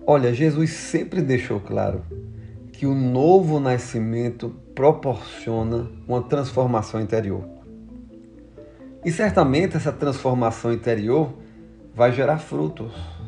Olha, Jesus sempre deixou claro que o novo nascimento proporciona uma transformação interior. E certamente essa transformação interior vai gerar frutos,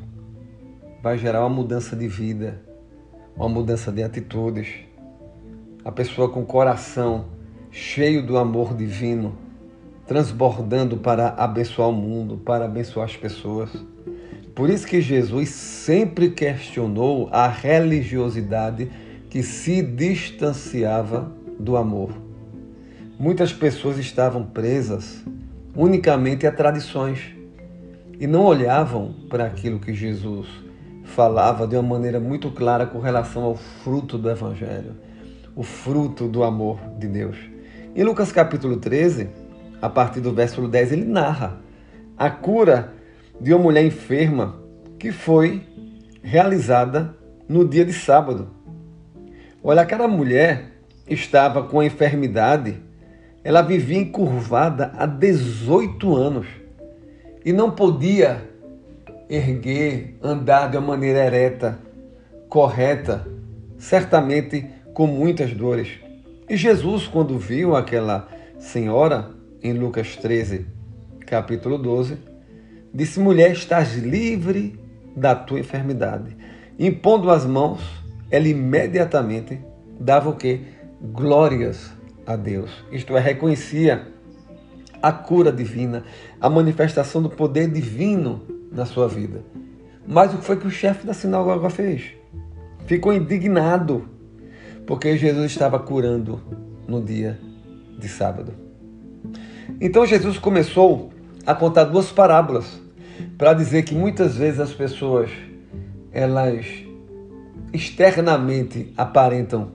vai gerar uma mudança de vida, uma mudança de atitudes. A pessoa com o coração cheio do amor divino, transbordando para abençoar o mundo, para abençoar as pessoas. Por isso que Jesus sempre questionou a religiosidade que se distanciava do amor. Muitas pessoas estavam presas unicamente a tradições e não olhavam para aquilo que Jesus falava de uma maneira muito clara com relação ao fruto do Evangelho, o fruto do amor de Deus. Em Lucas capítulo 13, a partir do versículo 10, ele narra a cura de uma mulher enferma que foi realizada no dia de sábado. Olha, aquela mulher estava com a enfermidade, ela vivia encurvada há 18 anos e não podia erguer, andar de uma maneira ereta, correta, certamente com muitas dores. E Jesus, quando viu aquela senhora, em Lucas 13, capítulo 12, disse: mulher, estás livre da tua enfermidade. Impondo as mãos, ela imediatamente dava o quê? Glórias a Deus. Isto é, reconhecia a cura divina, a manifestação do poder divino na sua vida. Mas o que foi que o chefe da sinagoga fez? Ficou indignado, porque Jesus estava curando no dia de sábado. Então Jesus começou a contar duas parábolas para dizer que muitas vezes as pessoas, elas externamente aparentam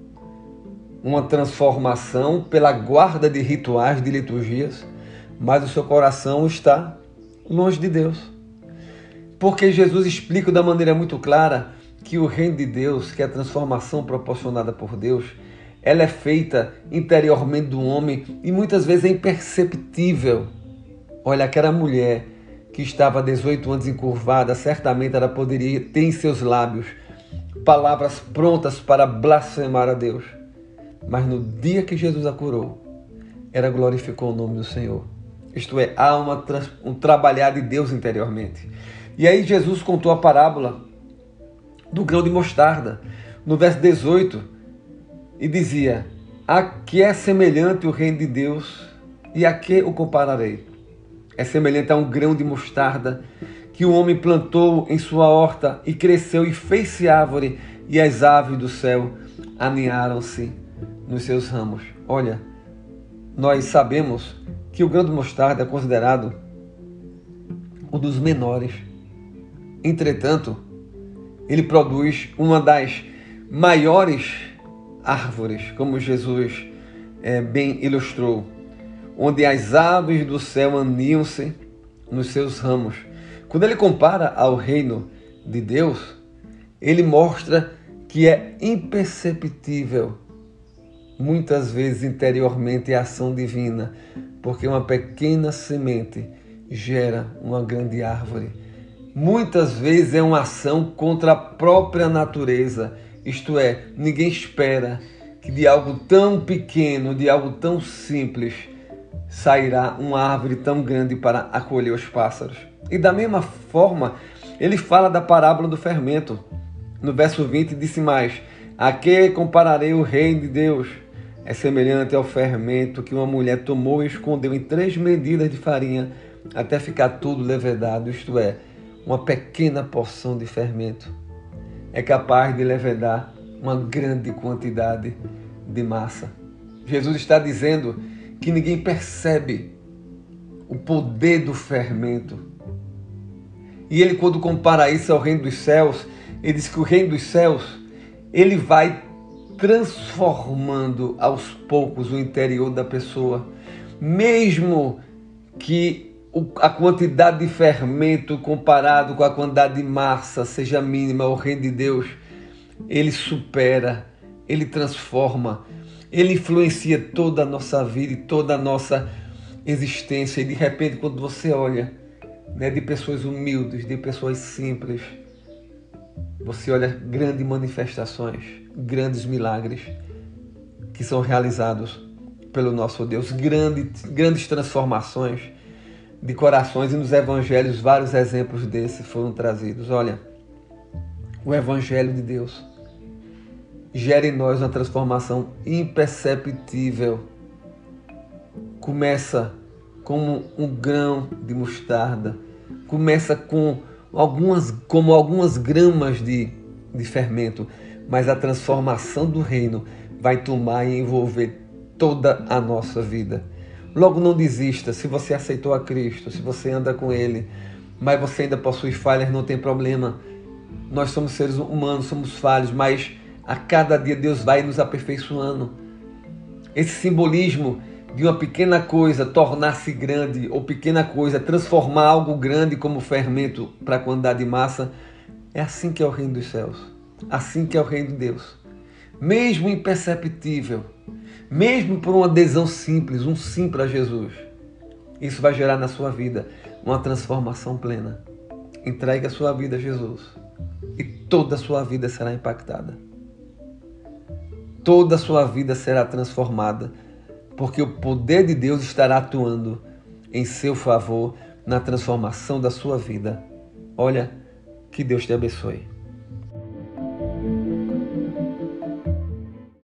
uma transformação pela guarda de rituais, de liturgias, mas o seu coração está longe de Deus. Porque Jesus explica da maneira muito clara que o reino de Deus, que é a transformação proporcionada por Deus, ela é feita interiormente do homem e muitas vezes é imperceptível. Olha, aquela mulher que estava há 18 anos encurvada, certamente ela poderia ter em seus lábios palavras prontas para blasfemar a Deus. Mas no dia que Jesus a curou, ela glorificou o nome do Senhor. Isto é, há um trabalhar de Deus interiormente. E aí Jesus contou a parábola do grão de mostarda, no verso 18, e dizia: a que é semelhante o reino de Deus e a que o compararei? É semelhante a um grão de mostarda que o homem plantou em sua horta e cresceu e fez-se árvore, e as aves do céu aninharam-se nos seus ramos. Olha, nós sabemos que o grão de mostarda é considerado um dos menores. Entretanto, ele produz uma das maiores árvores, como Jesus bem ilustrou, onde as aves do céu aninham-se nos seus ramos. Quando ele compara ao reino de Deus, ele mostra que é imperceptível, muitas vezes interiormente, a ação divina, porque uma pequena semente gera uma grande árvore. Muitas vezes é uma ação contra a própria natureza, isto é, ninguém espera que de algo tão pequeno, de algo tão simples, sairá uma árvore tão grande para acolher os pássaros. E da mesma forma, ele fala da parábola do fermento. No verso 20 disse mais: a que compararei o reino de Deus? É semelhante ao fermento que uma mulher tomou e escondeu em 3 medidas de farinha até ficar tudo levedado, isto é, uma pequena porção de fermento é capaz de levedar uma grande quantidade de massa. Jesus está dizendo que ninguém percebe o poder do fermento. E ele, quando compara isso ao reino dos céus, ele diz que o reino dos céus, ele vai transformando aos poucos o interior da pessoa, mesmo que a quantidade de fermento comparado com a quantidade de massa seja mínima. O reino de Deus, ele supera, ele transforma, ele influencia toda a nossa vida e toda a nossa existência. E de repente, quando você olha, de pessoas humildes, de pessoas simples, você olha grandes manifestações, grandes milagres que são realizados pelo nosso Deus, grandes transformações de corações, e nos evangelhos vários exemplos desses foram trazidos. Olha, o evangelho de Deus gera em nós uma transformação imperceptível. Começa como um grão de mostarda, começa como algumas gramas de fermento, mas a transformação do reino vai tomar e envolver toda a nossa vida. Logo, não desista. Se você aceitou a Cristo, se você anda com Ele, mas você ainda possui falhas, não tem problema. Nós somos seres humanos, somos falhos, mas a cada dia Deus vai nos aperfeiçoando. Esse simbolismo de uma pequena coisa tornar-se grande, ou pequena coisa transformar algo grande como fermento para a quantidade de massa, é assim que é o reino dos céus, assim que é o reino de Deus. Mesmo imperceptível, mesmo por uma adesão simples, um sim para Jesus, isso vai gerar na sua vida uma transformação plena. Entregue a sua vida a Jesus e toda a sua vida será impactada. Toda a sua vida será transformada, porque o poder de Deus estará atuando em seu favor na transformação da sua vida. Olha, que Deus te abençoe.